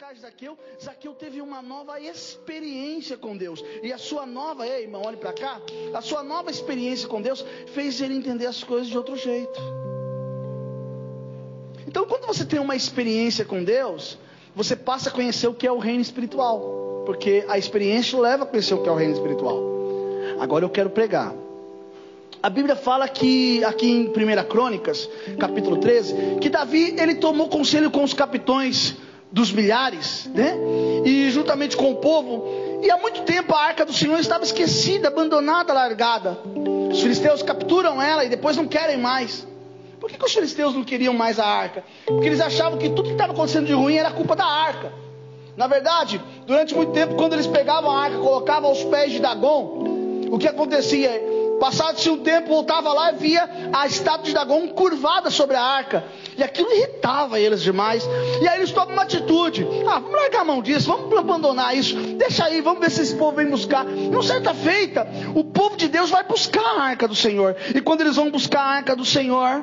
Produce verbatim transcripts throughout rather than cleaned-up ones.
pegar Zaqueu, Zaqueu teve uma nova experiência com Deus. E a sua nova, ei irmão, olhe para cá. A sua nova experiência com Deus fez ele entender as coisas de outro jeito. Então quando você tem uma experiência com Deus, você passa a conhecer o que é o reino espiritual. Porque a experiência leva a conhecer o que é o reino espiritual. Agora eu quero pregar. A Bíblia fala que, aqui em primeira Crônicas, capítulo treze, que Davi, ele tomou conselho com os capitões dos milhares, né? E juntamente com o povo, e há muito tempo a arca do Senhor estava esquecida, abandonada, largada. Os filisteus capturam ela e depois não querem mais. Por que, que os filisteus não queriam mais a arca? Porque eles achavam que tudo que estava acontecendo de ruim era culpa da arca. Na verdade, durante muito tempo, quando eles pegavam a arca, colocavam aos pés de Dagom, o que acontecia? Passado-se um tempo, voltava lá e via a estátua de Dagom curvada sobre a arca. E aquilo irritava eles demais. E aí eles tomam uma atitude. Ah, vamos largar a mão disso, vamos abandonar isso. Deixa aí, vamos ver se esse povo vem buscar. Não certa feita, o povo de Deus vai buscar a arca do Senhor. E quando eles vão buscar a arca do Senhor,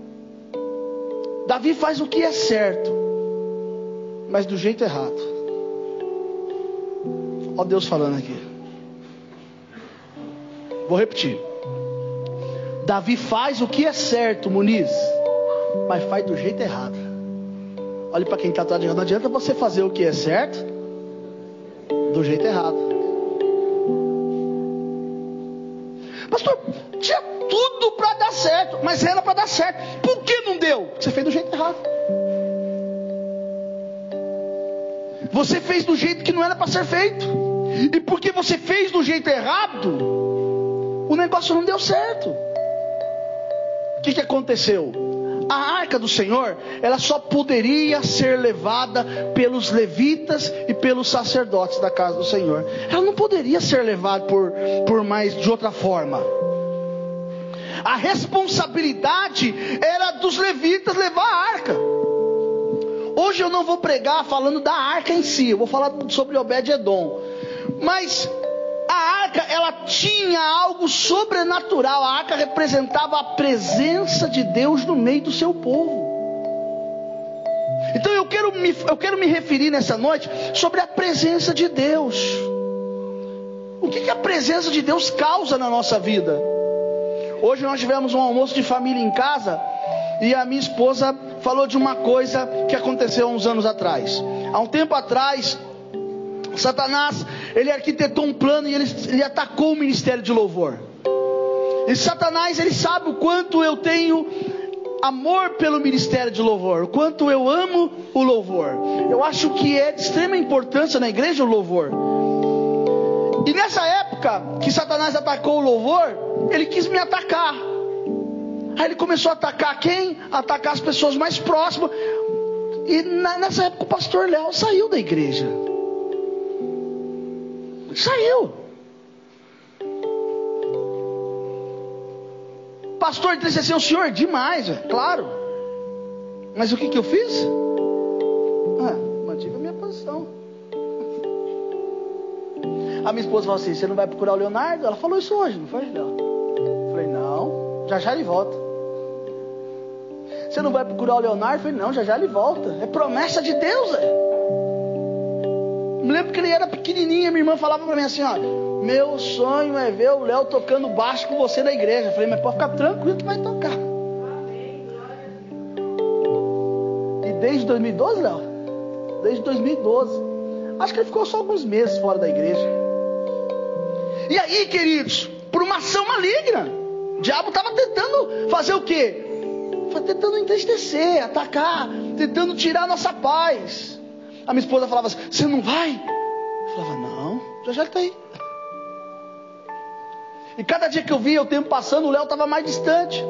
Davi faz o que é certo, mas do jeito errado. Ó Deus falando aqui. Vou repetir. Davi faz o que é certo, Muniz, mas faz do jeito errado. Olhe para quem está atrás de você. Não adianta você fazer o que é certo do jeito errado. Pastor, tinha tudo para dar certo, mas era para dar certo. Por que não deu? Você fez do jeito errado. Você fez do jeito que não era para ser feito. E porque você fez do jeito errado, o negócio não deu certo. O que, que aconteceu? A arca do Senhor, ela só poderia ser levada pelos levitas e pelos sacerdotes da casa do Senhor. Ela não poderia ser levada por, por mais de outra forma. A responsabilidade era dos levitas levar a arca. Hoje eu não vou pregar falando da arca em si, eu vou falar sobre Obed-Edom. Mas a arca, ela tinha algo sobrenatural. A arca representava a presença de Deus no meio do seu povo. Então eu quero me, eu quero me referir nessa noite sobre a presença de Deus. O que, que a presença de Deus causa na nossa vida? Hoje nós tivemos um almoço de família em casa, e a minha esposa falou de uma coisa que aconteceu há uns anos atrás. Há um tempo atrás, Satanás, ele arquitetou um plano e ele, ele atacou o ministério de louvor. E Satanás, ele sabe o quanto eu tenho amor pelo ministério de louvor, o quanto eu amo o louvor. Eu acho que é de extrema importância na igreja o louvor. E nessa época que Satanás atacou o louvor, ele quis me atacar. Aí ele começou a atacar quem? Atacar as pessoas mais próximas. E na, nessa época o pastor Léo saiu da igreja. Saiu. Pastor disse assim: o senhor, demais, véio. Claro. Mas o que que eu fiz? Ah, mantive a minha posição. A minha esposa falou assim: você não vai procurar o Leonardo? Ela falou isso hoje, não foi? Não. Eu falei: não, já já ele volta. Você não vai procurar o Leonardo? Eu falei: não, já já ele volta. É promessa de Deus, velho. Me lembro que ele era pequenininho, minha irmã falava para mim assim: ó, meu sonho é ver o Léo tocando baixo com você na igreja. Eu falei: mas pode ficar tranquilo que vai tocar. E desde dois mil e doze, Léo? Desde dois mil e doze. Acho que ele ficou só alguns meses fora da igreja. E aí, queridos, por uma ação maligna, o diabo estava tentando fazer o quê? Foi tentando entristecer, atacar, tentando tirar a nossa paz. A minha esposa falava assim: você não vai? Eu falava: não, já já ele está aí. E cada dia que eu via o tempo passando, o Léo estava mais distante.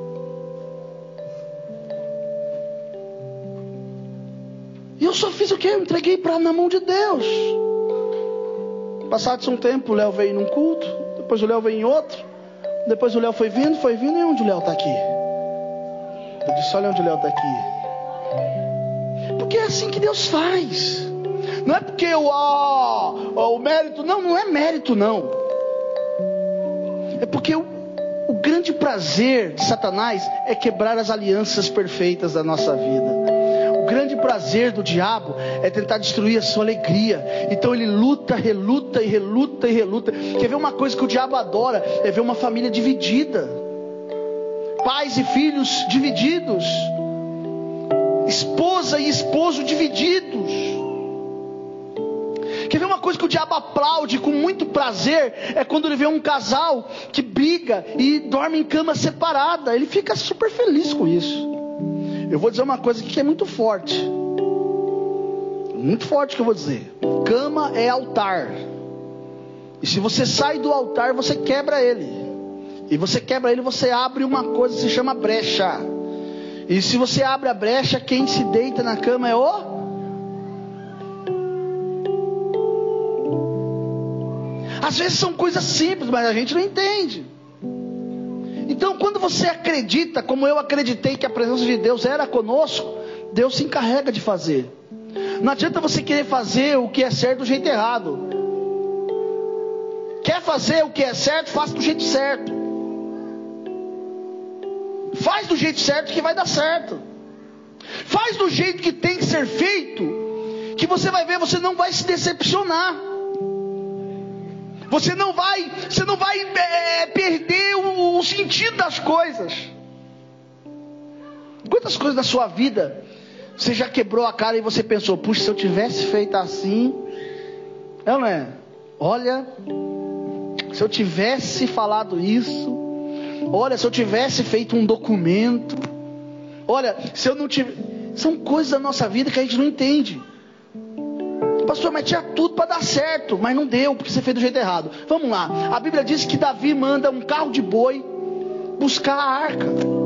E eu só fiz o quê? Eu entreguei para na mão de Deus. Passado um tempo, o Léo veio num culto, depois o Léo veio em outro, depois o Léo foi vindo, foi vindo, e onde o Léo está aqui? Eu disse: olha onde o Léo está aqui. Porque é assim que Deus faz. Não é porque o, ó, ó, o mérito, não, não é mérito não. É porque o, o grande prazer de Satanás é quebrar as alianças perfeitas da nossa vida. O grande prazer do diabo é tentar destruir a sua alegria. Então ele luta, reluta e reluta e reluta. Quer ver uma coisa que o diabo adora? É ver uma família dividida, pais e filhos divididos, esposa e esposo divididos. Quer ver uma coisa que o diabo aplaude com muito prazer? É quando ele vê um casal que briga e dorme em cama separada. Ele fica super feliz com isso. Eu vou dizer uma coisa aqui que é muito forte. Muito forte que eu vou dizer. Cama é altar. E se você sai do altar, você quebra ele. E você quebra ele, você abre uma coisa que se chama brecha. E se você abre a brecha, quem se deita na cama é o... Às vezes são coisas simples, mas a gente não entende. Então quando você acredita, como eu acreditei que a presença de Deus era conosco, Deus se encarrega de fazer. Não adianta você querer fazer o que é certo do jeito errado. Quer fazer o que é certo, faça do jeito certo. Faz do jeito certo que vai dar certo. Faz do jeito que tem que ser feito, que você vai ver, você não vai se decepcionar. Você não vai, você não vai é, perder o, o sentido das coisas. Quantas coisas na sua vida você já quebrou a cara e você pensou, puxa, se eu tivesse feito assim, é ou não é? Olha, se eu tivesse falado isso, olha, se eu tivesse feito um documento, olha, se eu não tivesse... São coisas da nossa vida que a gente não entende. Pastor, mas tinha tudo para dar certo, mas não deu, porque você fez do jeito errado. Vamos lá, a Bíblia diz que Davi manda um carro de boi buscar a arca.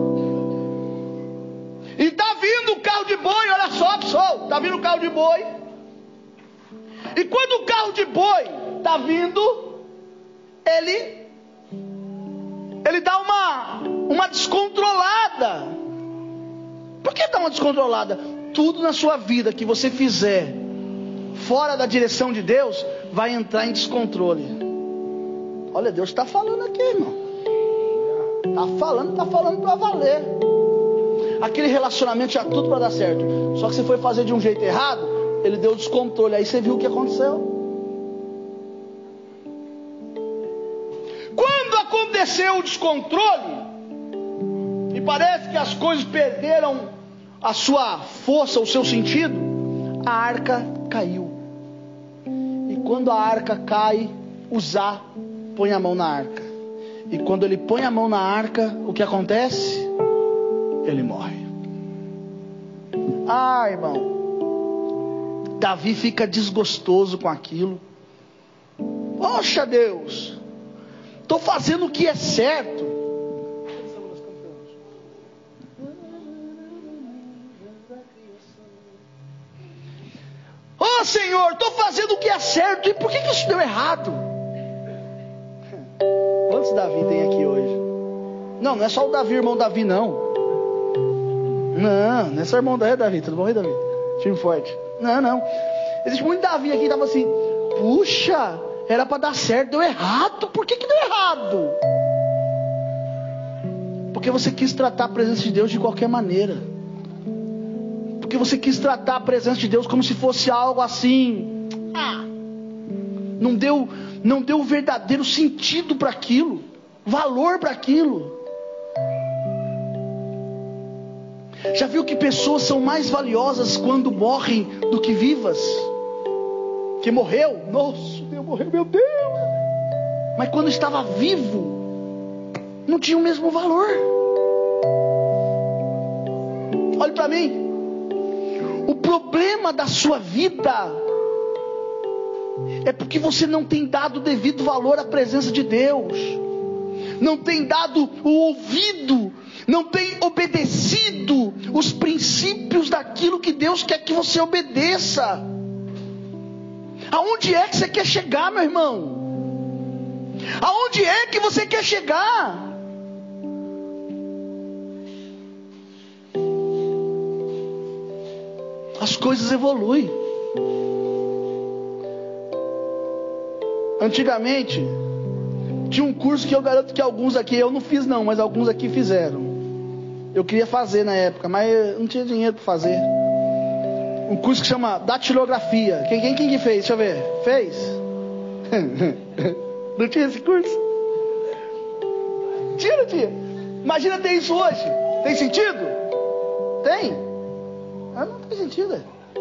E está vindo o carro de boi, olha só pessoal, está vindo o carro de boi. E quando o carro de boi está vindo, ele Ele dá uma Uma descontrolada. Por que dá uma descontrolada? Tudo na sua vida que você fizer fora da direção de Deus, vai entrar em descontrole. Olha, Deus está falando aqui, irmão. Está falando, está falando para valer. Aquele relacionamento tinha tudo para dar certo. Só que você foi fazer de um jeito errado, ele deu descontrole. Aí você viu o que aconteceu. Quando aconteceu o descontrole, e parece que as coisas perderam a sua força, o seu sentido, a arca caiu. E quando a arca cai, Uzá põe a mão na arca. E quando ele põe a mão na arca, o que acontece? Ele morre. Ah, irmão, Davi fica desgostoso com aquilo. Poxa Deus, estou fazendo o que é certo. Oh Senhor, estou fazendo o que é certo, e por que, que isso deu errado? Quantos Davi tem aqui hoje? Não, não é só o Davi, irmão Davi não. Não, não é só irmão Davi, Davi, tudo bom aí Davi? Time forte. Não, não. Existe muito Davi aqui que estava assim, puxa, era para dar certo, deu errado, por que, que deu errado? Porque você quis tratar a presença de Deus de qualquer maneira. Porque você quis tratar a presença de Deus como se fosse algo assim, ah, não deu, não deu o verdadeiro sentido para aquilo, valor para aquilo. Já viu que pessoas são mais valiosas quando morrem do que vivas? Que morreu, nossa, Deus morreu, meu Deus. Mas quando estava vivo, não tinha o mesmo valor. Olhe para mim. O problema da sua vida é porque você não tem dado o devido valor à presença de Deus, não tem dado o ouvido, não tem obedecido os princípios daquilo que Deus quer que você obedeça. Aonde é que você quer chegar, meu irmão? Aonde é que você quer chegar? As coisas evoluem. Antigamente tinha um curso que eu garanto que alguns aqui, eu não fiz não, mas alguns aqui fizeram. Eu queria fazer na época, mas eu não tinha dinheiro para fazer. um curso que chama datilografia. Quem, quem, quem que fez? Deixa eu ver. Fez? Não tinha esse curso? Tinha, não tinha? Imagina ter isso hoje. Tem sentido? Tem? Ah, não tem sentido.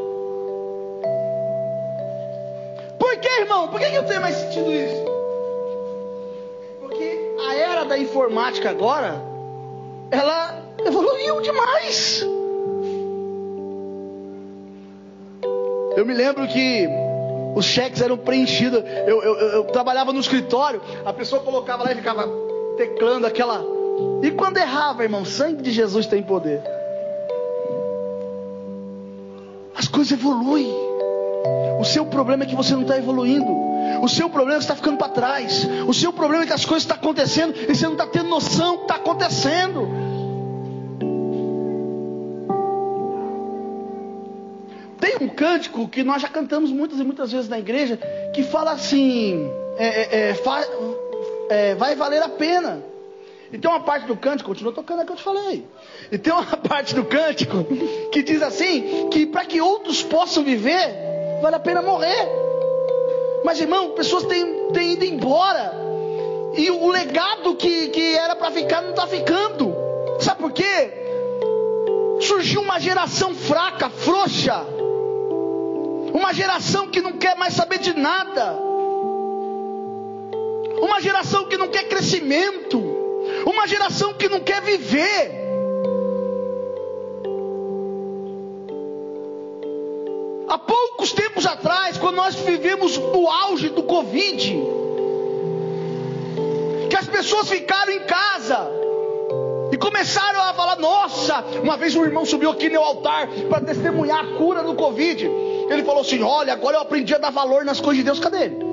Por que, irmão? Por que eu tenho mais sentido isso? Porque a era da informática agora, ela evoluiu demais. Eu me lembro que os cheques eram preenchidos. Eu, eu, eu, eu trabalhava no escritório, a pessoa colocava lá e ficava teclando aquela. E quando errava, irmão, sangue de Jesus tem poder. As coisas evoluem. O seu problema é que você não está evoluindo. O seu problema é que você está ficando para trás. O seu problema é que as coisas estão acontecendo e você não está tendo noção do que está acontecendo. Tem um cântico que nós já cantamos muitas e muitas vezes na igreja, que fala assim, é, é, é, fa, é, vai valer a pena. E tem uma parte do cântico, continua tocando a que eu te falei. E tem uma parte do cântico que diz assim, que para que outros possam viver, vale a pena morrer. Mas irmão, pessoas têm, têm ido embora, e o legado que, que era para ficar não está ficando. Sabe por quê? Surgiu uma geração fraca, frouxa. Uma geração que não quer mais saber de nada. Uma geração que não quer crescimento. Uma geração que não quer viver. Há poucos tempos atrás, quando nós vivemos no auge do Covid, que as pessoas ficaram em casa e começaram a falar, nossa, uma vez um irmão subiu aqui no altar para testemunhar a cura do Covid. Ele falou assim, olha, agora eu aprendi a dar valor nas coisas de Deus. Cadê ele?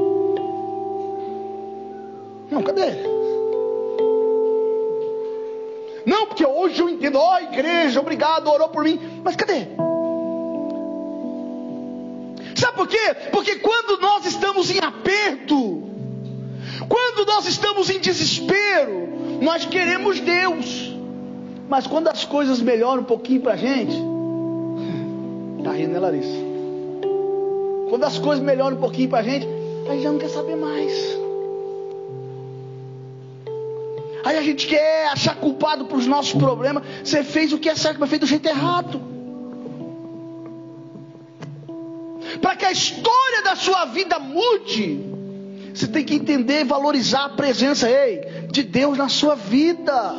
Não, cadê ele? Não, porque hoje eu entendo, ó, oh, igreja, obrigado, orou por mim. Mas cadê? Sabe por quê? Porque quando nós estamos em aperto, quando nós estamos em desespero, nós queremos Deus. Mas quando as coisas melhoram um pouquinho pra gente, tá rindo, né, Larissa? Quando as coisas melhoram um pouquinho pra gente, a gente já não quer saber mais. Aí a gente quer achar culpado pros nossos problemas. Você fez o que é certo, mas fez do jeito errado. Para que a história da sua vida mude, você tem que entender e valorizar a presença, ei, de Deus na sua vida.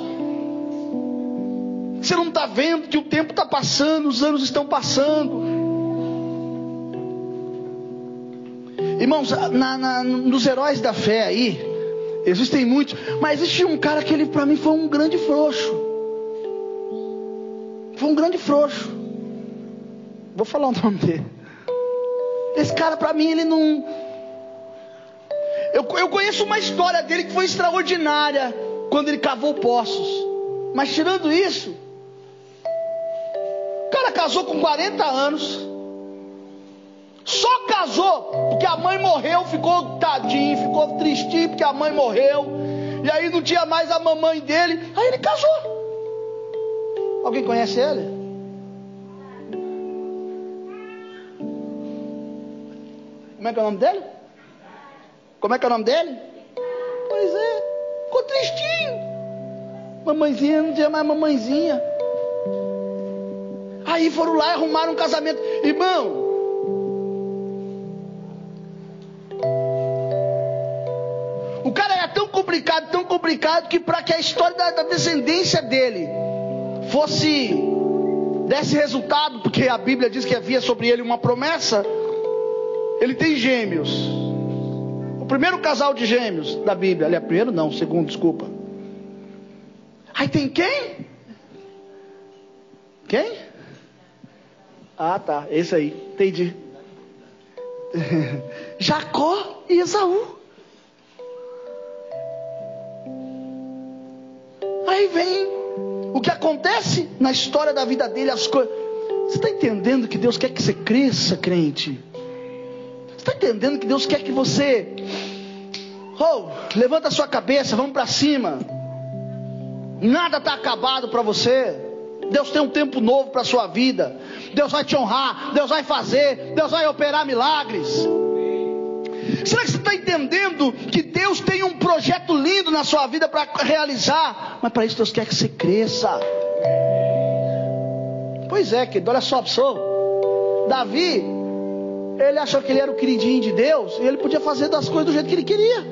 Você não está vendo que o tempo está passando, os anos estão passando. Irmãos, na, na, nos heróis da fé aí, existem muitos, mas existe um cara que ele para mim foi um grande frouxo. Foi um grande frouxo. Vou falar o nome dele. Esse cara para mim ele não... Eu, eu conheço uma história dele que foi extraordinária, quando ele cavou poços. Mas tirando isso, o cara casou com quarenta anos. Só casou porque a mãe morreu, ficou tadinho, ficou tristinho porque a mãe morreu. E aí não tinha mais a mamãe dele. Aí ele casou. Alguém conhece ele? Como é que é o nome dele? Como é que é o nome dele? Pois é, ficou tristinho. Mamãezinha, não tinha mais mamãezinha. Aí foram lá e arrumaram um casamento. Irmão, o cara era tão complicado, tão complicado, que para que a história da, da descendência dele fosse, desse resultado, porque a Bíblia diz que havia sobre ele uma promessa, ele tem gêmeos. O primeiro casal de gêmeos da Bíblia. Aliás, primeiro não, segundo, desculpa. Aí tem quem? Quem? Ah, tá, esse aí, entendi. Jacó e Esaú. Aí vem o que acontece na história da vida dele, as coisas. Você está entendendo que Deus quer que você cresça, crente? Você está entendendo que Deus quer que você, oh, levanta a sua cabeça, vamos para cima. Nada está acabado para você. Deus tem um tempo novo para a sua vida. Deus vai te honrar, Deus vai fazer, Deus vai operar milagres. Será que você está entendendo que Deus tem um projeto lindo na sua vida para realizar? Mas para isso Deus quer que você cresça. Pois é, querido, olha só a pessoa. Davi, ele achou que ele era o queridinho de Deus e ele podia fazer das coisas do jeito que ele queria.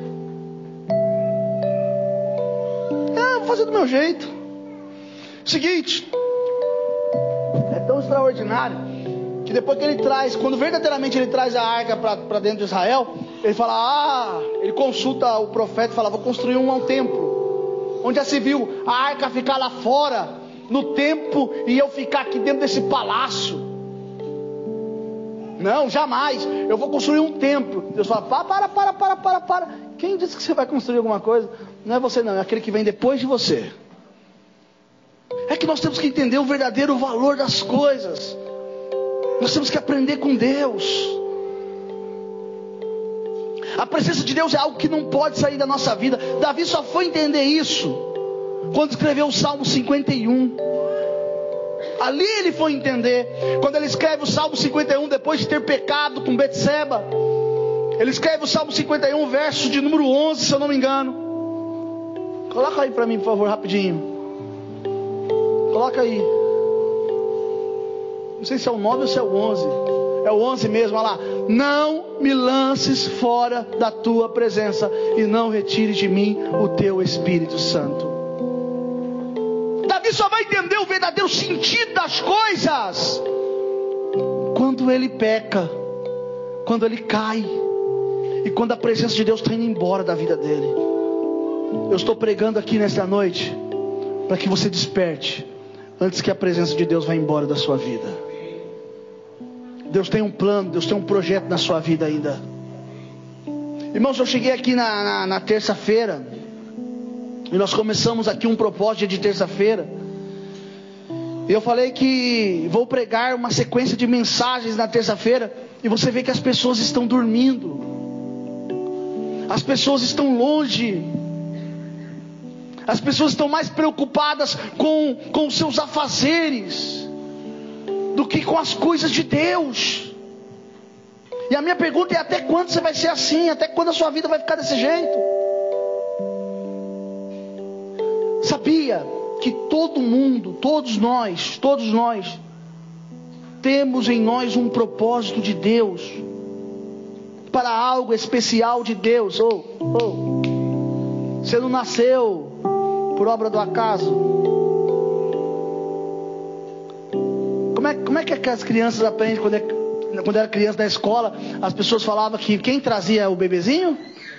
É, vou fazer do meu jeito. Seguinte, é tão extraordinário que depois que ele traz, quando verdadeiramente ele traz a arca para dentro de Israel, ele fala, ah, ele consulta o profeta e fala, vou construir um, um templo, onde já se viu a arca ficar lá fora, no templo, e eu ficar aqui dentro desse palácio. Não, jamais, eu vou construir um templo. Deus fala, para, para, para, para, para, para. Quem disse que você vai construir alguma coisa? Não é você não, é aquele que vem depois de você. É que nós temos que entender o verdadeiro valor das coisas. Nós temos que aprender com Deus. A presença de Deus é algo que não pode sair da nossa vida. Davi só foi entender isso quando escreveu o Salmo cinquenta e um. Ali ele foi entender. Quando ele escreve o Salmo cinquenta e um, depois de ter pecado com Betseba, ele escreve o Salmo cinquenta e um, verso de número onze, se eu não me engano. Coloca aí para mim, por favor, rapidinho. Coloca aí. Não sei se é o nove ou se é o onze. É o onze mesmo, olha lá. Não me lances fora da tua presença e não retires de mim o teu Espírito Santo. Davi só vai entender o verdadeiro sentido das coisas quando ele peca, quando ele cai e quando a presença de Deus está indo embora da vida dele. Eu estou pregando aqui nesta noite para que você desperte antes que a presença de Deus vá embora da sua vida. Deus tem um plano, Deus tem um projeto na sua vida ainda. Irmãos, eu cheguei aqui na, na, na terça-feira e nós começamos aqui um propósito de terça-feira. E eu falei que vou pregar uma sequência de mensagens na terça-feira. E você vê que as pessoas estão dormindo. As pessoas estão longe. As pessoas estão mais preocupadas com, com os seus afazeres do que com as coisas de Deus. E a minha pergunta é: até quando você vai ser assim? Até quando a sua vida vai ficar desse jeito? Sabia que todo mundo, todos nós, todos nós temos em nós um propósito de Deus, para algo especial de Deus. Oh, oh. Você não nasceu por obra do acaso. Como é, como é que as crianças aprendem quando, é, quando era criança na escola? As pessoas falavam que quem trazia o bebezinho?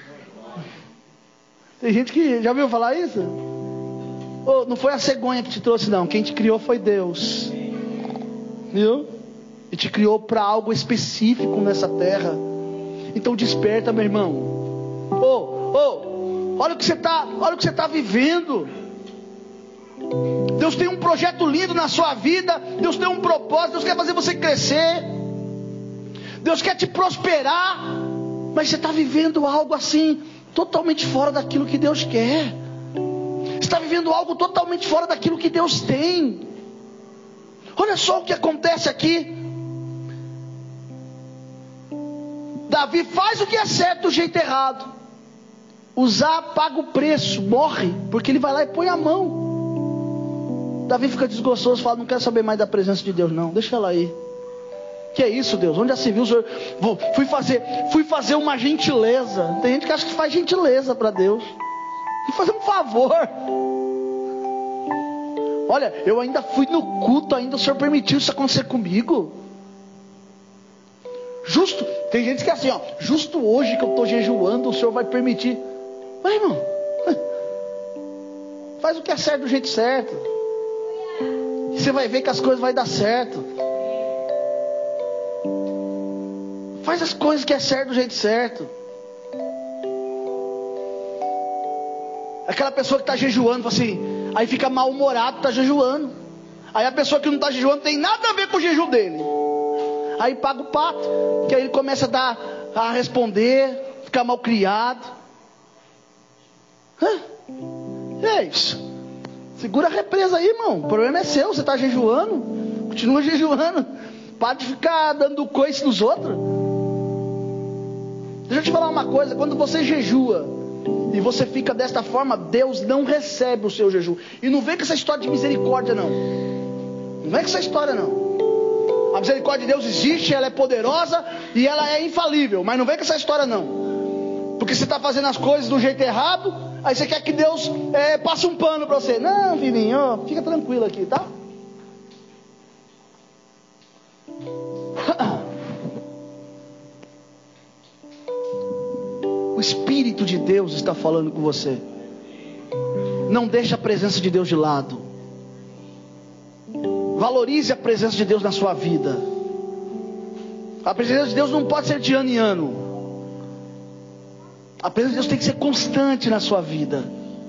Tem gente que já ouviu falar isso? Oh, não foi a cegonha que te trouxe não, quem te criou foi Deus. Viu? E te criou para algo específico nessa terra. Então desperta, meu irmão. Oh, oh, olha o que você está, olha o que você está vivendo. Deus tem um projeto lindo na sua vida. Deus tem um propósito. Deus quer fazer você crescer. Deus quer te prosperar. Mas você está vivendo algo assim, totalmente fora daquilo que Deus quer. Está vivendo algo totalmente fora daquilo que Deus tem. Olha só o que acontece aqui. Davi faz o que é certo do jeito errado. Uzá paga o preço, morre, porque ele vai lá e põe a mão. Davi fica desgostoso, fala: não quero saber mais da presença de Deus não, deixa ela aí. Que é isso, Deus? Onde já se viu o Senhor? Vou, fui, fazer, fui fazer uma gentileza. Tem gente que acha que faz gentileza para Deus. Fui fazer um favor. Olha, eu ainda fui no culto, ainda o Senhor permitiu isso acontecer comigo. Justo, tem gente que é assim, ó, justo hoje que eu estou jejuando, o Senhor vai permitir. Mas irmão, faz o que é certo do jeito certo. Você vai ver que as coisas vão dar certo. Faz as coisas que é certo do jeito certo. Aquela pessoa que está jejuando, assim, aí fica mal-humorado, está jejuando. Aí a pessoa que não está jejuando tem nada a ver com o jejum dele. Aí paga o pato, que aí ele começa a dar, a responder, ficar mal criado. É isso. Segura a represa aí, irmão. O problema é seu, você está jejuando. Continua jejuando. Para de ficar dando coice nos outros. Deixa eu te falar uma coisa. Quando você jejua e você fica desta forma, Deus não recebe o seu jejum. E não vem com essa história de misericórdia não. Não vem com essa história não. A misericórdia de Deus existe, ela é poderosa e ela é infalível. Mas não vem com essa história não. Porque você está fazendo as coisas do jeito errado, aí você quer que Deus é, passe um pano para você. Não, filhinho, fica tranquilo aqui, tá? O Espírito de Deus está falando com você. Não deixe a presença de Deus de lado. Valorize a presença de Deus na sua vida. A presença de Deus não pode ser de ano em ano. A presença de Deus tem que ser constante na sua vida.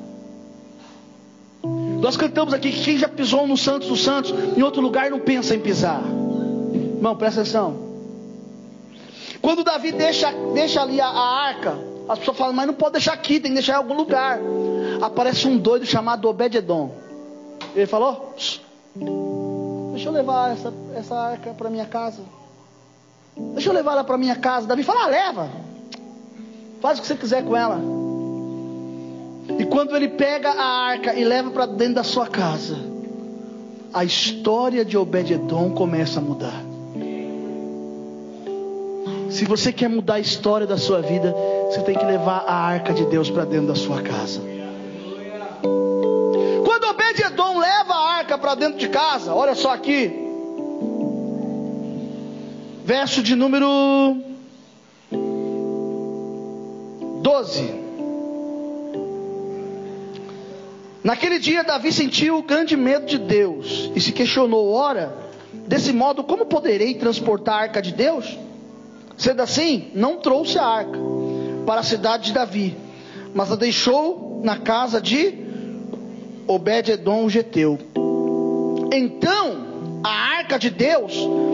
Nós cantamos aqui que quem já pisou no Santos dos Santos, em outro lugar não pensa em pisar. Irmão, presta atenção. Quando Davi deixa, deixa ali a, a arca, as pessoas falam, mas não pode deixar aqui, tem que deixar em algum lugar. Aparece um doido chamado Obed-edom. Ele falou, deixa eu levar essa, essa arca para minha casa. Deixa eu levar ela para minha casa. Davi fala, ah, leva. Faz o que você quiser com ela. E quando ele pega a arca e leva para dentro da sua casa, a história de Obed-edom começa a mudar. Se você quer mudar a história da sua vida, você tem que levar a arca de Deus para dentro da sua casa. Quando Obed-edom leva a arca para dentro de casa, olha só aqui, verso de número doze. Naquele dia Davi sentiu grande medo de Deus e se questionou, ora, desse modo como poderei transportar a arca de Deus? Sendo assim, não trouxe a arca para a cidade de Davi, mas a deixou na casa de Obed-edom o geteu. Então a arca de Deus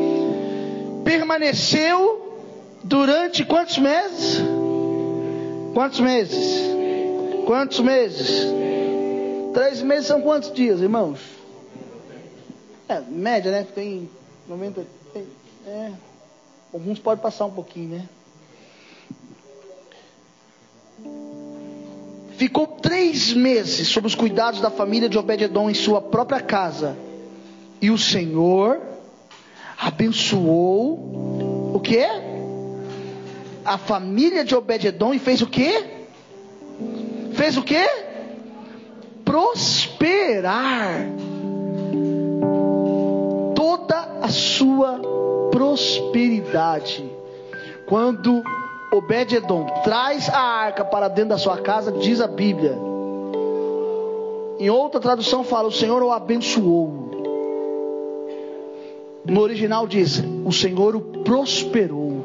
permaneceu durante quantos meses? Quantos meses? Quantos meses? Três meses são quantos dias, irmãos? É, média, né? Tem noventa. Tem, é, alguns podem passar um pouquinho, né? Ficou três meses sob os cuidados da família de Obed-edom em sua própria casa. E o Senhor abençoou o quê? A família de Obed-edom e fez o quê? Fez o quê? Prosperar toda a sua prosperidade. Quando Obed-edom traz a arca para dentro da sua casa, diz a Bíblia, em outra tradução fala, o Senhor o abençoou. No original diz, o Senhor o prosperou.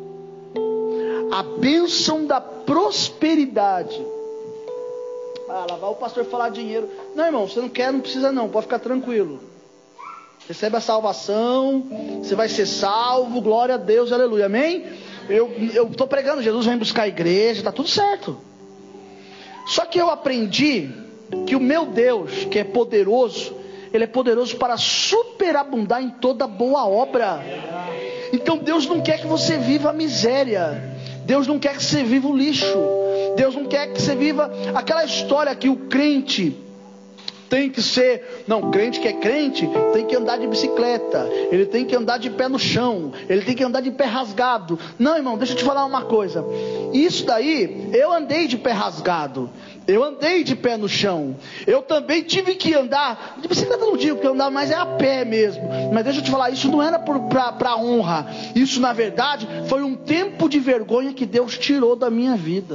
A bênção da prosperidade. Ah, lá vai o pastor falar dinheiro. Não, irmão, você não quer, não precisa não, pode ficar tranquilo. Recebe a salvação, você vai ser salvo, glória a Deus, aleluia, amém? Eu estou pregando, Jesus vem buscar a igreja, está tudo certo. Só que eu aprendi que o meu Deus, que é poderoso, Ele é poderoso para superabundar em toda boa obra. Então Deus não quer que você viva a miséria. Deus não quer que você viva o lixo. Deus não quer que você viva aquela história que o crente tem que ser, não, crente que é crente tem que andar de bicicleta, ele tem que andar de pé no chão, ele tem que andar de pé rasgado. Não, irmão, deixa eu te falar uma coisa. Isso daí, eu andei de pé rasgado, eu andei de pé no chão, eu também tive que andar de bicicleta, não digo, porque eu andava mais é a pé mesmo. Mas deixa eu te falar, isso não era para honra, isso na verdade foi um tempo de vergonha que Deus tirou da minha vida.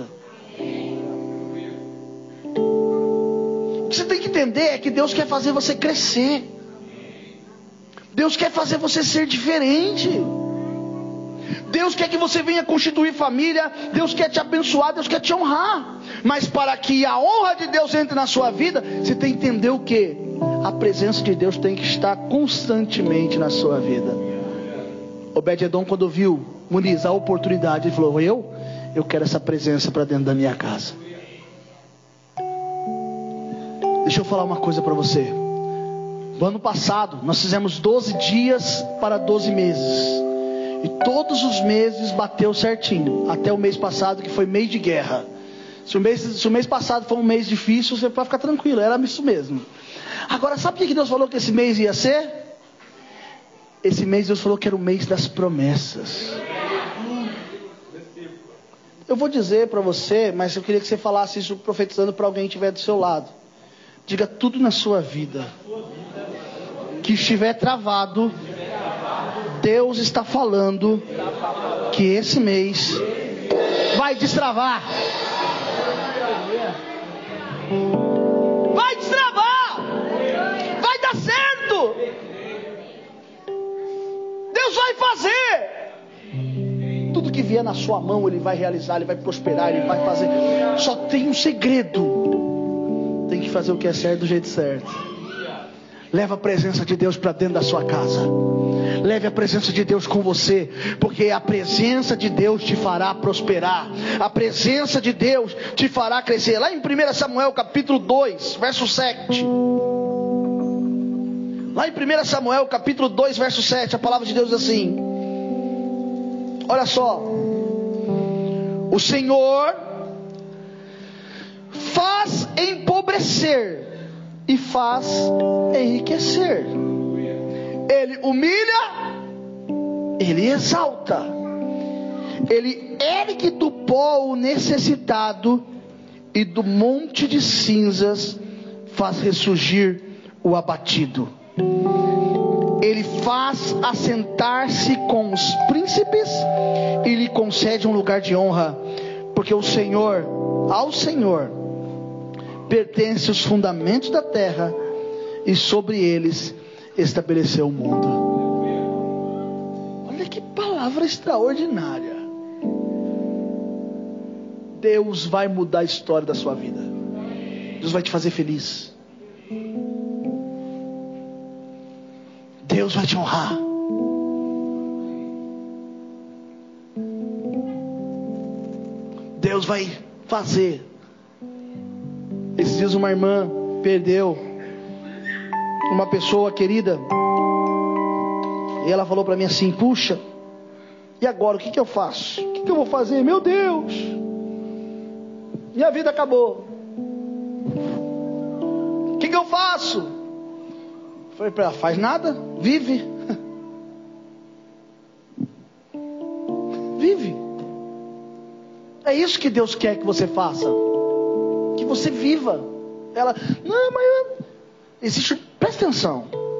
O que você tem que entender é que Deus quer fazer você crescer. Deus quer fazer você ser diferente. Deus quer que você venha constituir família. Deus quer te abençoar, Deus quer te honrar. Mas para que a honra de Deus entre na sua vida, você tem que entender o que? A presença de Deus tem que estar constantemente na sua vida. Obed-edom, quando viu Muniz a oportunidade, ele falou, eu, eu quero essa presença para dentro da minha casa. Deixa eu falar uma coisa para você. No ano passado, nós fizemos doze dias para doze meses. E todos os meses bateu certinho. Até o mês passado, que foi mês de guerra. Se o mês, se o mês passado foi um mês difícil, você pode ficar tranquilo, era isso mesmo. Agora, sabe o que Deus falou que esse mês ia ser? Esse mês Deus falou que era o mês das promessas. Eu vou dizer para você, mas eu queria que você falasse isso profetizando para alguém que estiver do seu lado. Diga tudo na sua vida que estiver travado, Deus está falando que esse mês vai destravar. Vai destravar. Vai dar certo. Deus vai fazer. Tudo que vier na sua mão, Ele vai realizar, Ele vai prosperar, Ele vai fazer. Só tem um segredo. Tem que fazer o que é certo do jeito certo. Leva a presença de Deus para dentro da sua casa. Leve a presença de Deus com você, porque a presença de Deus te fará prosperar. A presença de Deus te fará crescer. Lá em primeiro Samuel capítulo dois, verso sete. Lá em primeiro Samuel capítulo dois, verso sete, a palavra de Deus diz assim: olha só. O Senhor faz empobrecer e faz enriquecer. Ele humilha, Ele exalta. Ele ergue do pó o necessitado, e do monte de cinzas faz ressurgir o abatido. Ele faz assentar-se com os príncipes e lhe concede um lugar de honra, porque o Senhor, ao Senhor pertence os fundamentos da terra, e sobre eles estabeleceu o mundo. Olha que palavra extraordinária. Deus vai mudar a história da sua vida. Deus vai te fazer feliz. Deus vai te honrar. Deus vai fazer. Esses dias uma irmã perdeu uma pessoa querida, e ela falou para mim assim: puxa, e agora o que que eu faço? O que que eu vou fazer? Meu Deus, minha vida acabou. O que que eu faço? Eu falei para ela: faz nada, vive. Vive. É isso que Deus quer que você faça, que você viva. Ela: não, mas eu... existe, presta atenção,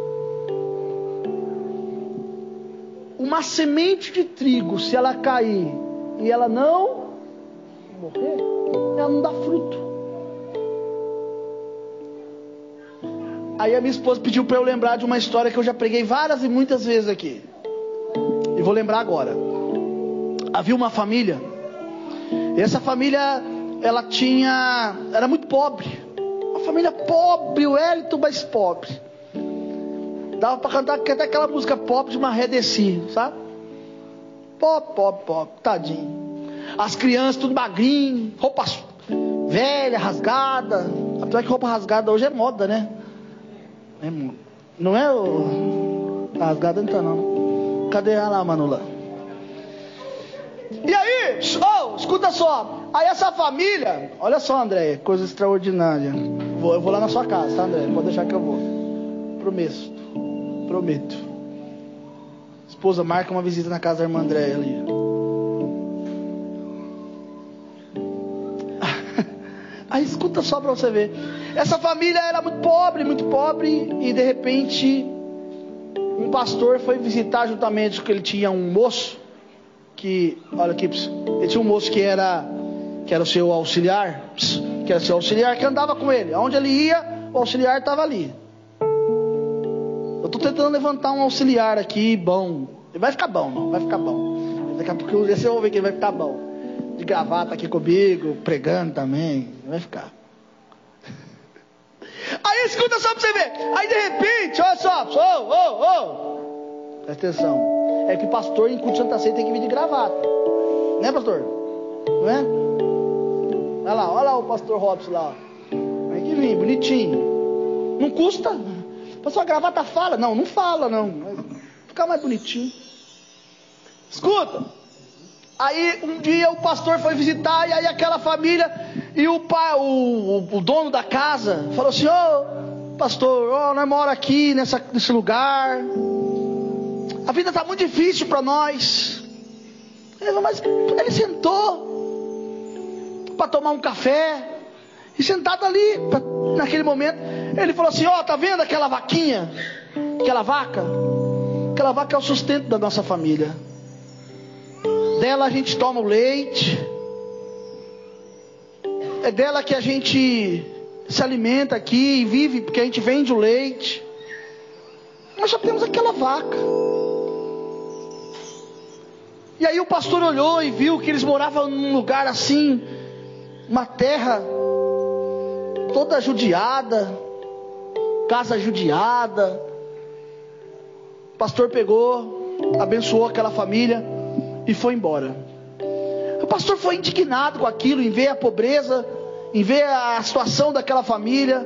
uma semente de trigo, se ela cair e ela não morrer, ela não dá fruto. Aí a minha esposa pediu para eu lembrar de uma história que eu já preguei várias e muitas vezes aqui, e vou lembrar agora. Havia uma família, e essa família, ela tinha, era muito pobre, uma família pobre, o Hélito, mas pobre. Dava para cantar até aquela música pop de Maré Desci, sabe? Pop, pop, pop, tadinho. As crianças tudo magrinho, roupa velha, rasgada. Apesar que roupa rasgada hoje é moda, né? É, não é o... rasgada não tá não. Cadê ela, Manula? E aí, oh, escuta só. Aí essa família, olha só, André, coisa extraordinária. Vou, eu vou lá na sua casa, tá, André? Pode deixar que eu vou. Prometo. Prometo. Esposa, marca uma visita na casa da irmã Andréia ali. Aí escuta só para você ver. Essa família era muito pobre, muito pobre. E de repente um pastor foi visitar juntamente com ele. Tinha um moço que, olha aqui, ele tinha um moço que era Que era o seu auxiliar Que era o seu auxiliar que andava com ele. Aonde ele ia, o auxiliar estava ali. Eu estou tentando levantar um auxiliar aqui bom. Ele vai ficar bom, não, vai ficar bom. Daqui a pouco você vai ver que ele vai ficar bom. De gravata aqui comigo, pregando também. Vai ficar. Aí escuta só pra você ver. Aí de repente, olha só, ô, ô, ô. Presta atenção. É que pastor em culto de Santa Ceia tem que vir de gravata. Né, pastor? Não é? Olha lá, olha lá o pastor Robson lá. Tem que vir, bonitinho. Não custa. Pastor, a gravata fala. Não, não fala não. Vai ficar mais bonitinho. Escuta. Aí um dia o pastor foi visitar, e aí aquela família, e o pai, o, o dono da casa, falou assim: ô oh, pastor, oh, nós moramos aqui nessa, nesse lugar, a vida está muito difícil para nós. Ele falou, mas ele sentou para tomar um café, e sentado ali, pra, naquele momento, ele falou assim: ó, oh, tá vendo aquela vaquinha, aquela vaca? Aquela vaca é o sustento da nossa família. Dela a gente toma o leite, é dela que a gente se alimenta aqui e vive, porque a gente vende o leite. Nós só temos aquela vaca. E aí o pastor olhou e viu que eles moravam num lugar assim, uma terra toda judiada, casa judiada. O pastor pegou, abençoou aquela família e foi embora. O pastor foi indignado com aquilo, em ver a pobreza, em ver a situação daquela família.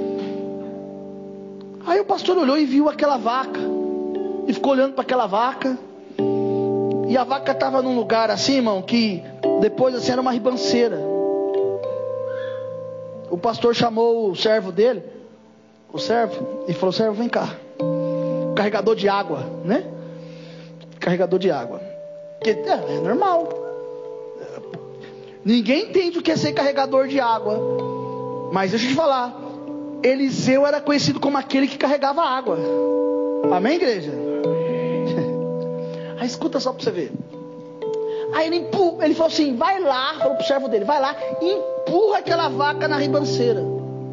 Aí o pastor olhou e viu aquela vaca, e ficou olhando para aquela vaca. E a vaca estava num lugar assim, irmão, que depois assim era uma ribanceira. O pastor chamou o servo dele, o servo, e falou: servo, vem cá. Carregador de água, né? Carregador de água. Que é, é normal. Ninguém entende o que é ser carregador de água. Mas deixa eu te falar, Eliseu era conhecido como aquele que carregava água. Amém, igreja? Aí escuta só para você ver. Aí ele empurra, ele falou assim: vai lá, falou pro servo dele, vai lá e empurra aquela vaca na ribanceira.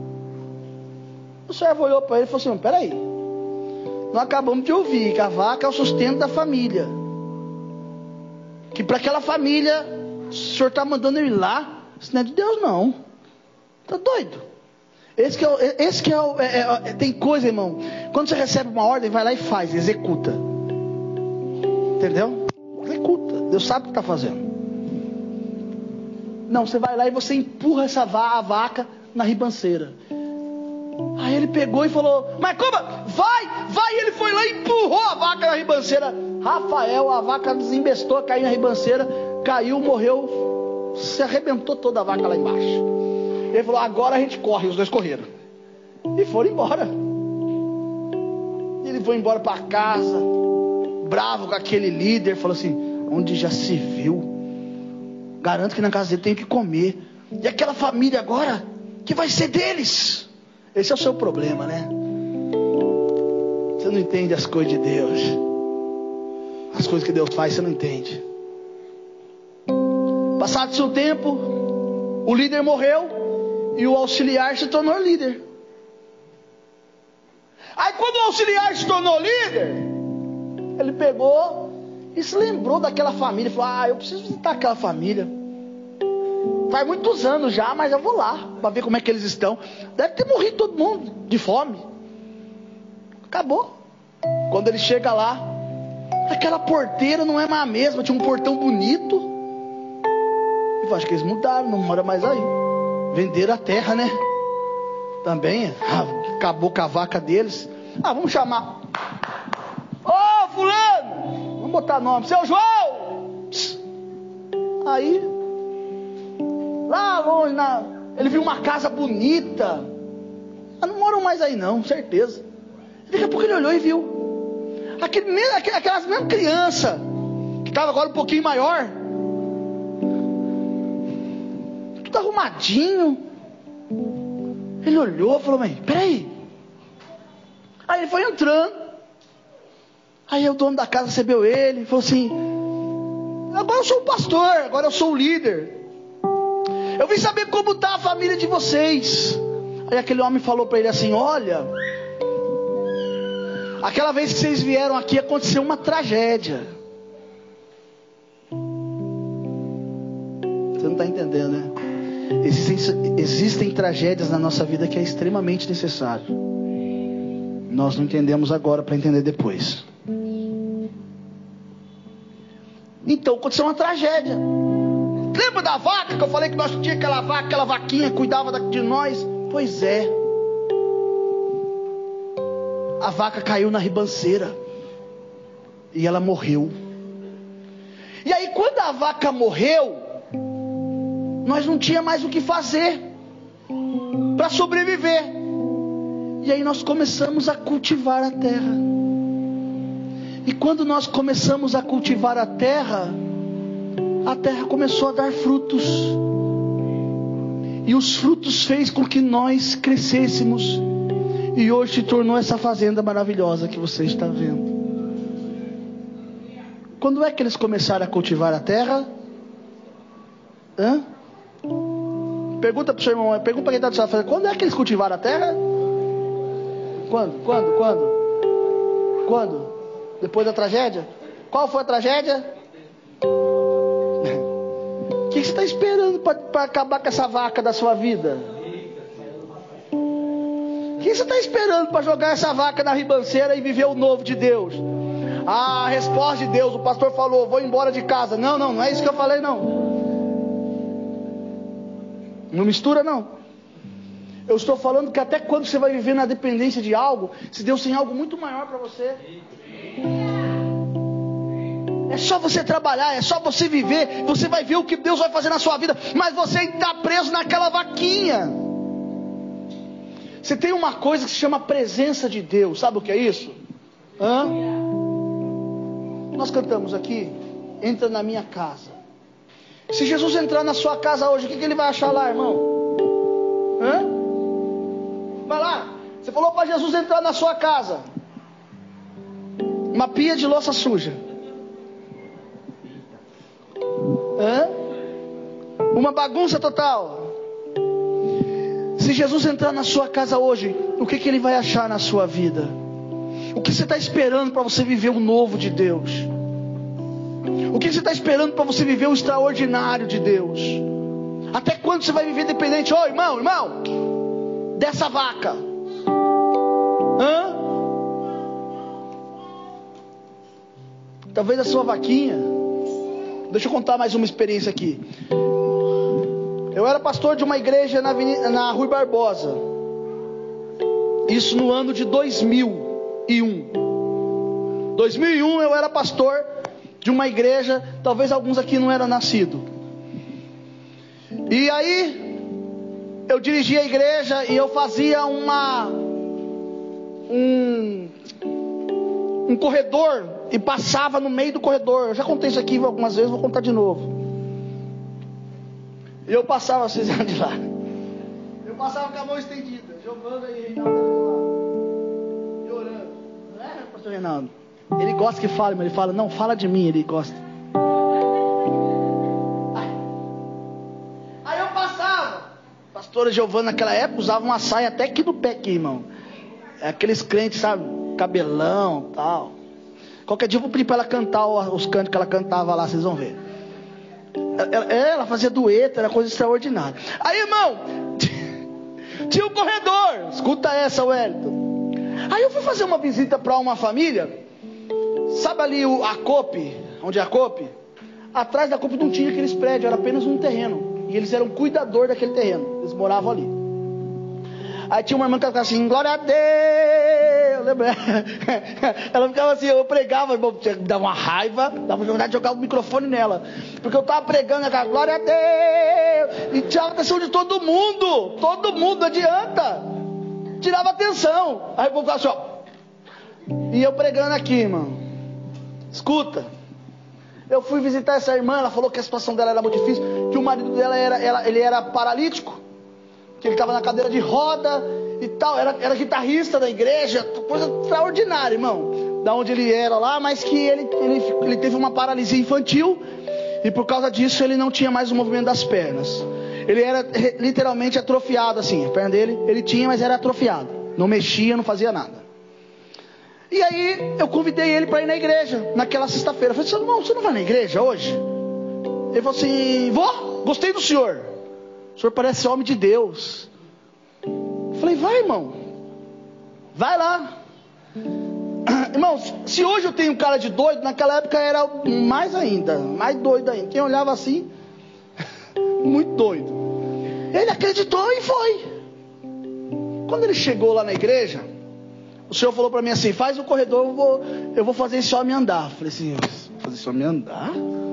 O servo olhou para ele e falou assim: peraí, nós acabamos de ouvir que a vaca é o sustento da família, que para aquela família o senhor está mandando ele ir lá. Isso não é de Deus não. Tá doido? Esse que é, o, esse que é, o, é, é tem coisa, irmão, quando você recebe uma ordem, vai lá e faz, executa. Entendeu? Executa. Deus sabe o que está fazendo. Não, você vai lá e você empurra essa va- a vaca na ribanceira. Aí ele pegou e falou: mas como? Vai, vai. Ele foi lá e empurrou a vaca na ribanceira. Rafael, a vaca desembestou, caiu na ribanceira, caiu, morreu, se arrebentou toda a vaca lá embaixo. Ele falou: agora a gente corre. Os dois correram e foram embora. Ele foi embora para casa, bravo com aquele líder. Falou assim: onde já se viu? Garanto que na casa dele tem que comer. E aquela família agora, que vai ser deles? Esse é o seu problema, né? Você não entende as coisas de Deus. As coisas que Deus faz, você não entende. Passado seu tempo, o líder morreu e o auxiliar se tornou líder. Aí quando o auxiliar se tornou líder, ele pegou e se lembrou daquela família. Falou: ah, eu preciso visitar aquela família. Faz muitos anos já, mas eu vou lá para ver como é que eles estão. Deve ter morrido todo mundo de fome. Acabou. Quando ele chega lá, aquela porteira não é mais a mesma. Tinha um portão bonito. Eu acho que eles mudaram, não mora mais aí. Venderam a terra, né? Também. Acabou com a vaca deles. Ah, vamos chamar. Ô, oh, fulano! Vamos botar nome. Seu João! Psst. Aí, lá longe, na... ele viu uma casa bonita. Ah, não moram mais aí não, certeza. Daqui a pouco ele olhou e viu Aquele, aquelas mesmas crianças que estavam agora um pouquinho maior, tudo arrumadinho. Ele olhou e falou: mãe, peraí. Aí ele foi entrando. Aí o dono da casa recebeu ele, falou assim: agora eu sou o pastor, agora eu sou o líder. Eu vim saber como está a família de vocês. Aí aquele homem falou para ele assim: olha, aquela vez que vocês vieram aqui aconteceu uma tragédia. Você não está entendendo, né? Existem, existem tragédias na nossa vida que é extremamente necessário. Nós não entendemos agora para entender depois. Então aconteceu uma tragédia. Lembra da vaca que eu falei que nós tínhamos aquela vaca, aquela vaquinha que cuidava de nós? Pois é. a vaca caiu na ribanceira e ela morreu. E aí quando a vaca morreu, nós não tinha mais o que fazer para sobreviver. E aí nós começamos a cultivar a terra. E quando nós começamos a cultivar a terra, a terra começou a dar frutos. E os frutos fez com que nós crescêssemos. E hoje se tornou essa fazenda maravilhosa que você está vendo. Quando é que eles começaram a cultivar a terra? Hã? Pergunta para o seu irmão, pergunta para quem está do seu lado, quando é que eles cultivaram a terra? Quando? Quando? Quando? Quando? Depois da tragédia? Qual foi a tragédia? O que você está esperando para acabar com essa vaca da sua vida? O que você está esperando para jogar essa vaca na ribanceira e viver o novo de Deus? Ah, a resposta de Deus, o pastor falou, vou embora de casa. Não, não, não é isso que eu falei, não. Não mistura, não. Eu estou falando que até quando você vai viver na dependência de algo, se Deus tem algo muito maior para você. É só você trabalhar, é só você viver. Você vai ver o que Deus vai fazer na sua vida. Mas você está preso naquela vaquinha. Você tem uma coisa que se chama presença de Deus. Sabe o que é isso? Hã? Nós cantamos aqui, entra na minha casa. Se Jesus entrar na sua casa hoje, o que, que ele vai achar lá, irmão? Hã? Vai lá. Você falou para Jesus entrar na sua casa. Uma pia de louça suja. Hã? Uma bagunça total. Se Jesus entrar na sua casa hoje, o que, que ele vai achar na sua vida? O que você está esperando para você viver o novo de Deus? O que você está esperando para você viver o extraordinário de Deus? Até quando você vai viver dependente? Ô oh, irmão, irmão, dessa vaca. Hã? Talvez a sua vaquinha. Deixa eu contar mais uma experiência aqui. Eu era pastor de uma igreja na, Avenida, na Rui Barbosa. Isso no ano de dois mil e um. dois mil e um eu era pastor de uma igreja. Talvez alguns aqui não eram nascidos. E aí eu dirigia a igreja e eu fazia uma um, um corredor e passava no meio do corredor. Eu já contei isso aqui algumas vezes, vou contar de novo. E eu passava, vocês de lá. Eu passava com a mão estendida, Giovana e Reinaldo lá, e orando. Não é, pastor Reinaldo? Ele gosta que fale, mas ele fala, não, fala de mim, ele gosta. Aí eu passava. Pastora Giovana naquela época usava uma saia até aqui no pé aqui, irmão. É aqueles crentes, sabe? Cabelão, tal. Qualquer dia eu vou pedir para ela cantar os cantos que ela cantava lá, vocês vão ver. Ela, ela fazia dueto, era coisa extraordinária. Aí, irmão, tinha um corredor. Escuta essa, Wellington. Aí eu fui fazer uma visita para uma família. Sabe ali o, a Cope? Onde é a Cope? Atrás da Cope não tinha aqueles prédios, era apenas um terreno. E eles eram cuidador daquele terreno. Eles moravam ali. Aí tinha uma irmã que ficava assim, glória a Deus. Lembra? Ela ficava assim, eu pregava, irmão, me dava uma raiva, dava vontade de jogar o microfone nela. Porque eu estava pregando, ela ficava, glória a Deus. E tirava a atenção de todo mundo. Todo mundo, não adianta. Tirava atenção. Aí eu ficava assim, ó. E eu pregando aqui, irmão. Escuta. Eu fui visitar essa irmã, ela falou que a situação dela era muito difícil, que o marido dela era, ela, ele era paralítico, que ele estava na cadeira de roda e tal, era, era guitarrista da igreja, coisa extraordinária, irmão, da onde ele era lá, mas que ele, ele, ele teve uma paralisia infantil e por causa disso ele não tinha mais o movimento das pernas. Ele era literalmente atrofiado assim, a perna dele, ele tinha, mas era atrofiado, não mexia, não fazia nada. E aí eu convidei ele para ir na igreja naquela sexta-feira. Eu falei, irmão, você não vai na igreja hoje? Ele falou assim, vou, gostei do senhor. O senhor parece homem de Deus. Eu falei, vai, irmão. Vai lá. Irmão, se hoje eu tenho cara de doido, naquela época era mais ainda, mais doido ainda. Quem olhava assim, muito doido. Ele acreditou e foi. Quando ele chegou lá na igreja, o Senhor falou para mim assim, faz o corredor, eu vou, eu vou fazer esse homem andar. Eu falei assim, fazer esse homem andar?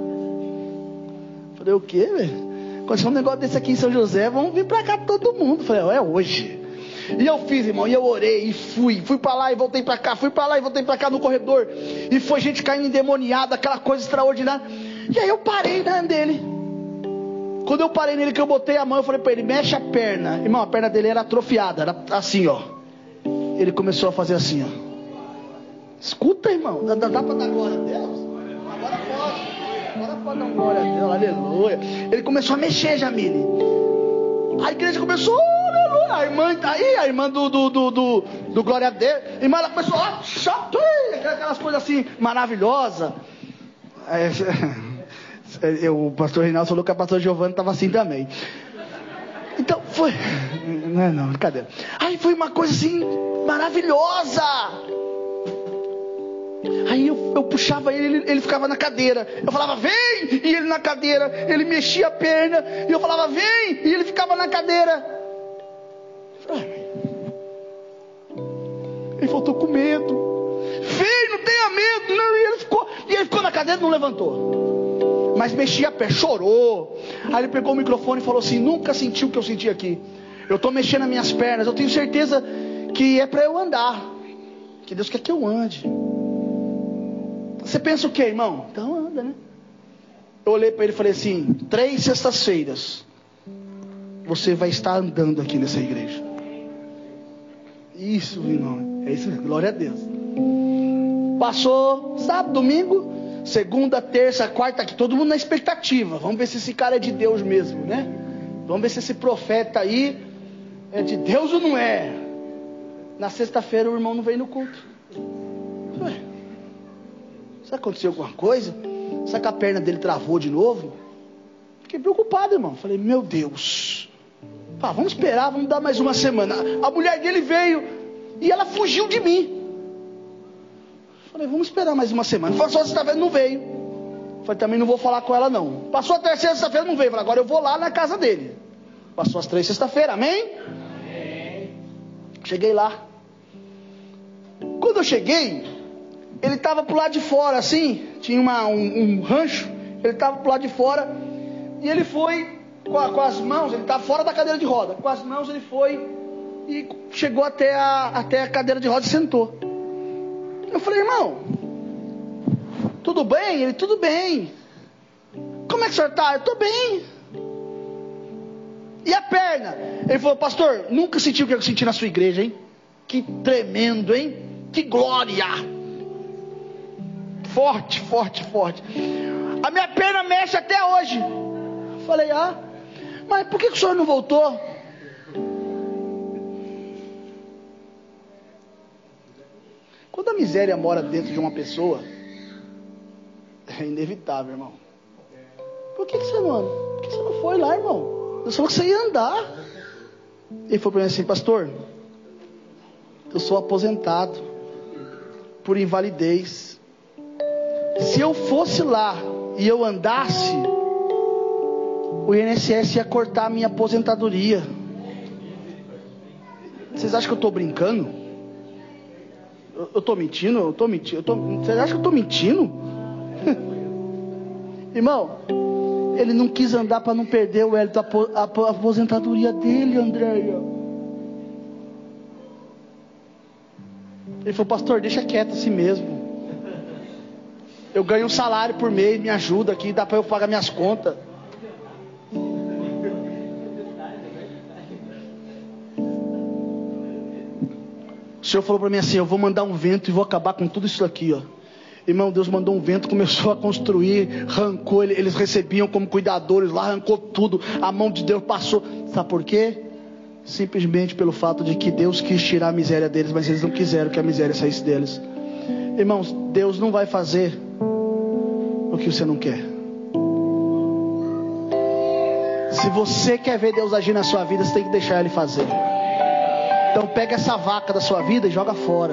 Eu falei, o quê, velho? Quando um negócio desse aqui em São José, vamos vir para cá todo mundo. Eu falei, é hoje. E eu fiz, irmão, e eu orei, e fui, fui para lá e voltei para cá, fui para lá e voltei para cá no corredor, e foi gente caindo endemoniada, aquela coisa extraordinária. E aí eu parei, né, dele. Quando eu parei nele, que eu botei a mão, eu falei para ele, mexe a perna. Irmão, a perna dele era atrofiada, era assim, ó. Ele começou a fazer assim, ó. Escuta, irmão, dá, dá para dar glória a Deus? Agora pode, agora pode dar glória a Deus, aleluia. Ele começou a mexer, Jamile. A igreja começou, aleluia. A irmã, aí a irmã do, do, do, do, do glória a Deus, a irmã, ela começou, ó, chato, aquelas coisas assim, maravilhosas. É, eu, o pastor Reinaldo falou que a pastor Giovanni estava assim também. Então foi, não é não, brincadeira. Aí foi uma coisa assim maravilhosa. Aí eu, eu puxava ele, ele, ele ficava na cadeira. Eu falava, vem! E ele na cadeira. Ele mexia a perna. E eu falava, vem! E ele ficava na cadeira. Ele voltou com medo. Vem, não tenha medo. Não. E ele ficou, e ele ficou na cadeira e não levantou. Mas mexia a perna, chorou. Aí ele pegou o microfone e falou assim, nunca senti o que eu senti aqui. Eu estou mexendo as minhas pernas. Eu tenho certeza que é para eu andar. Que Deus quer que eu ande. Você pensa o quê, irmão? Então anda, né? Eu olhei para ele e falei assim, três sextas-feiras você vai estar andando aqui nessa igreja. Isso, irmão. É isso, glória a Deus. Passou sábado, domingo, segunda, terça, quarta, aqui, todo mundo na expectativa. Vamos ver se esse cara é de Deus mesmo, né? Vamos ver se esse profeta aí é de Deus ou não é. Na sexta-feira o irmão não veio no culto. Ué, será que aconteceu alguma coisa? Será que a perna dele travou de novo? Fiquei preocupado, irmão. Falei, meu Deus. Ah, vamos esperar, vamos dar mais uma semana. A mulher dele veio e ela fugiu de mim. Falei, vamos esperar mais uma semana. Passou a sexta-feira, não veio. Falei, também não vou falar com ela não. Passou a terceira sexta-feira, não veio. Falei, agora eu vou lá na casa dele. Passou as três sexta-feira, amém? Amém? Cheguei lá. Quando eu cheguei, ele estava pro lado de fora, assim. Tinha uma, um, um rancho. Ele estava pro lado de fora. E ele foi com, a, com as mãos. Ele estava fora da cadeira de roda. Com as mãos ele foi e chegou até a, até a cadeira de roda e sentou. Eu falei, irmão, tudo bem? Ele, tudo bem. Como é que o senhor está? Eu estou bem. E a perna? Ele falou, pastor, nunca senti o que eu senti na sua igreja, hein? Que tremendo, hein? Que glória. Forte, forte, forte. A minha perna mexe até hoje. Eu falei, ah, mas por que, que o senhor não voltou? Quando a miséria mora dentro de uma pessoa, é inevitável, irmão. Por que, que você não, por que você não foi lá, irmão? Eu falou que você ia andar. Ele falou para mim assim, pastor, eu sou aposentado por invalidez. Se eu fosse lá e eu andasse, o I N S S ia cortar a minha aposentadoria. Vocês acham que eu estou brincando? Eu estou mentindo? Eu estou mentindo? Eu tô... Vocês acham que eu estou mentindo? Irmão, ele não quis andar para não perder o hélito, a aposentadoria dele, Andréia. Ele falou, pastor, deixa quieto assim mesmo. Eu ganho um salário por mês, me ajuda aqui, dá para eu pagar minhas contas. O Senhor falou para mim assim, eu vou mandar um vento e vou acabar com tudo isso aqui, ó. Irmão, Deus mandou um vento, começou a construir, arrancou, eles recebiam como cuidadores lá, arrancou tudo, a mão de Deus passou. Sabe por quê? Simplesmente pelo fato de que Deus quis tirar a miséria deles, mas eles não quiseram que a miséria saísse deles. Irmãos, Deus não vai fazer o que você não quer. Se você quer ver Deus agir na sua vida, você tem que deixar Ele fazer. Então pega essa vaca da sua vida e joga fora.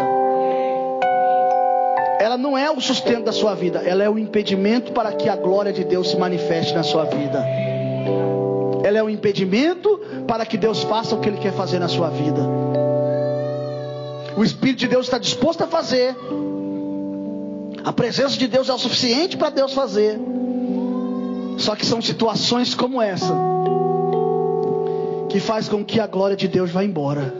Ela não é o sustento da sua vida, ela é o impedimento para que a glória de Deus se manifeste na sua vida. Ela é o impedimento para que Deus faça o que Ele quer fazer na sua vida. O Espírito de Deus está disposto a fazer. A presença de Deus é o suficiente para Deus fazer. Só que são situações como essa que faz com que a glória de Deus vá embora.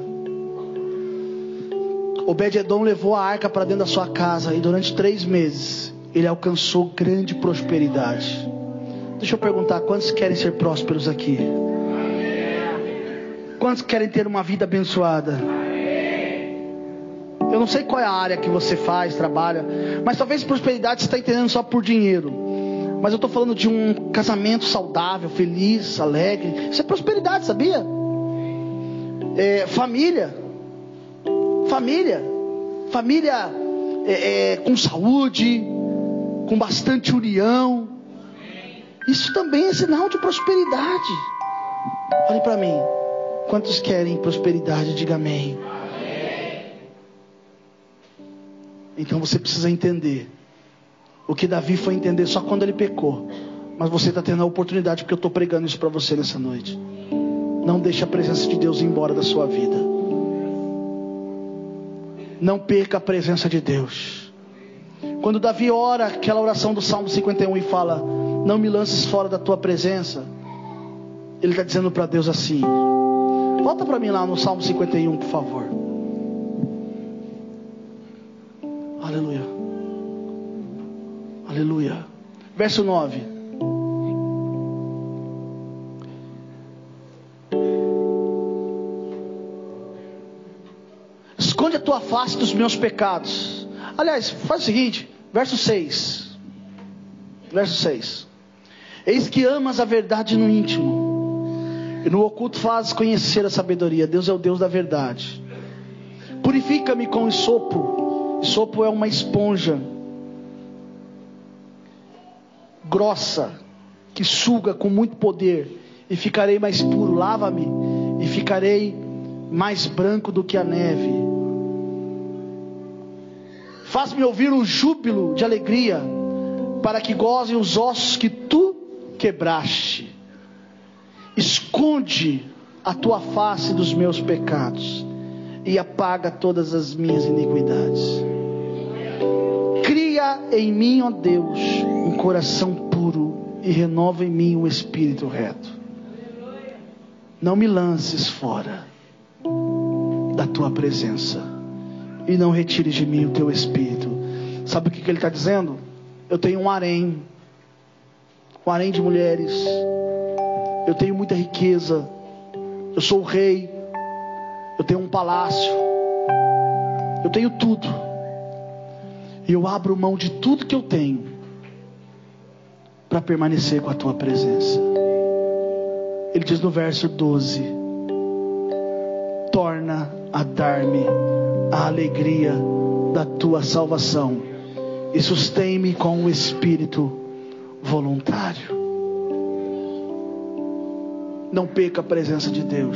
Obed-edom levou a arca para dentro da sua casa e durante três meses ele alcançou grande prosperidade. Deixa eu perguntar, quantos querem ser prósperos aqui? Quantos querem ter uma vida abençoada? Eu não sei qual é a área que você faz, trabalha, mas talvez prosperidade você está entendendo só por dinheiro. Mas eu estou falando de um casamento saudável, feliz, alegre. Isso é prosperidade, sabia? É, família. Família. Família é, é, com saúde, com bastante união. Isso também é sinal de prosperidade. Olhe para mim. Quantos querem prosperidade? Diga amém. Então você precisa entender. O que Davi foi entender só quando ele pecou. Mas você está tendo a oportunidade, porque eu estou pregando isso para você nessa noite. Não deixe a presença de Deus ir embora da sua vida. Não perca a presença de Deus. Quando Davi ora aquela oração do Salmo cinquenta e um e fala: não me lances fora da tua presença, ele está dizendo para Deus assim. Volta para mim lá no Salmo cinquenta e um, por favor. Aleluia. Aleluia. Verso nove. Esconde a tua face dos meus pecados. Aliás, faz o seguinte. Verso seis. Verso seis. Eis que amas a verdade no íntimo, e no oculto fazes conhecer a sabedoria. Deus é o Deus da verdade. Purifica-me com sopo. Sopo é uma esponja grossa, que suga com muito poder, e ficarei mais puro. Lava-me e ficarei mais branco do que a neve. Faz-me ouvir um júbilo de alegria, para que gozem os ossos que tu quebraste. Esconde a tua face dos meus pecados e apaga todas as minhas iniquidades. Cria em mim, ó Deus, um coração puro e renova em mim um espírito reto. Não me lances fora da tua presença e não retires de mim o teu espírito. Sabe o que, que ele está dizendo? Eu tenho um harém, um harém de mulheres. Eu tenho muita riqueza. Eu sou o rei. Eu tenho um palácio. Eu tenho tudo. E eu abro mão de tudo que eu tenho para permanecer com a tua presença. Ele diz no verso doze: torna a dar-me a alegria da tua salvação e sustém-me com o espírito voluntário. Não perca a presença de Deus.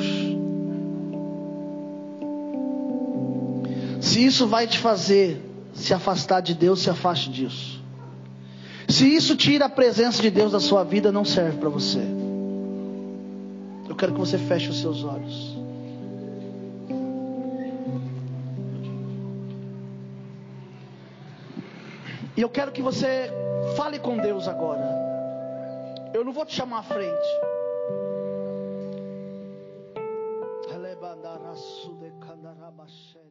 Se isso vai te fazer se afastar de Deus, se afaste disso. Se isso tira a presença de Deus da sua vida, não serve para você. Eu quero que você feche os seus olhos. E eu quero que você fale com Deus agora. Eu não vou te chamar à frente. Elebandarassudekandarabashe.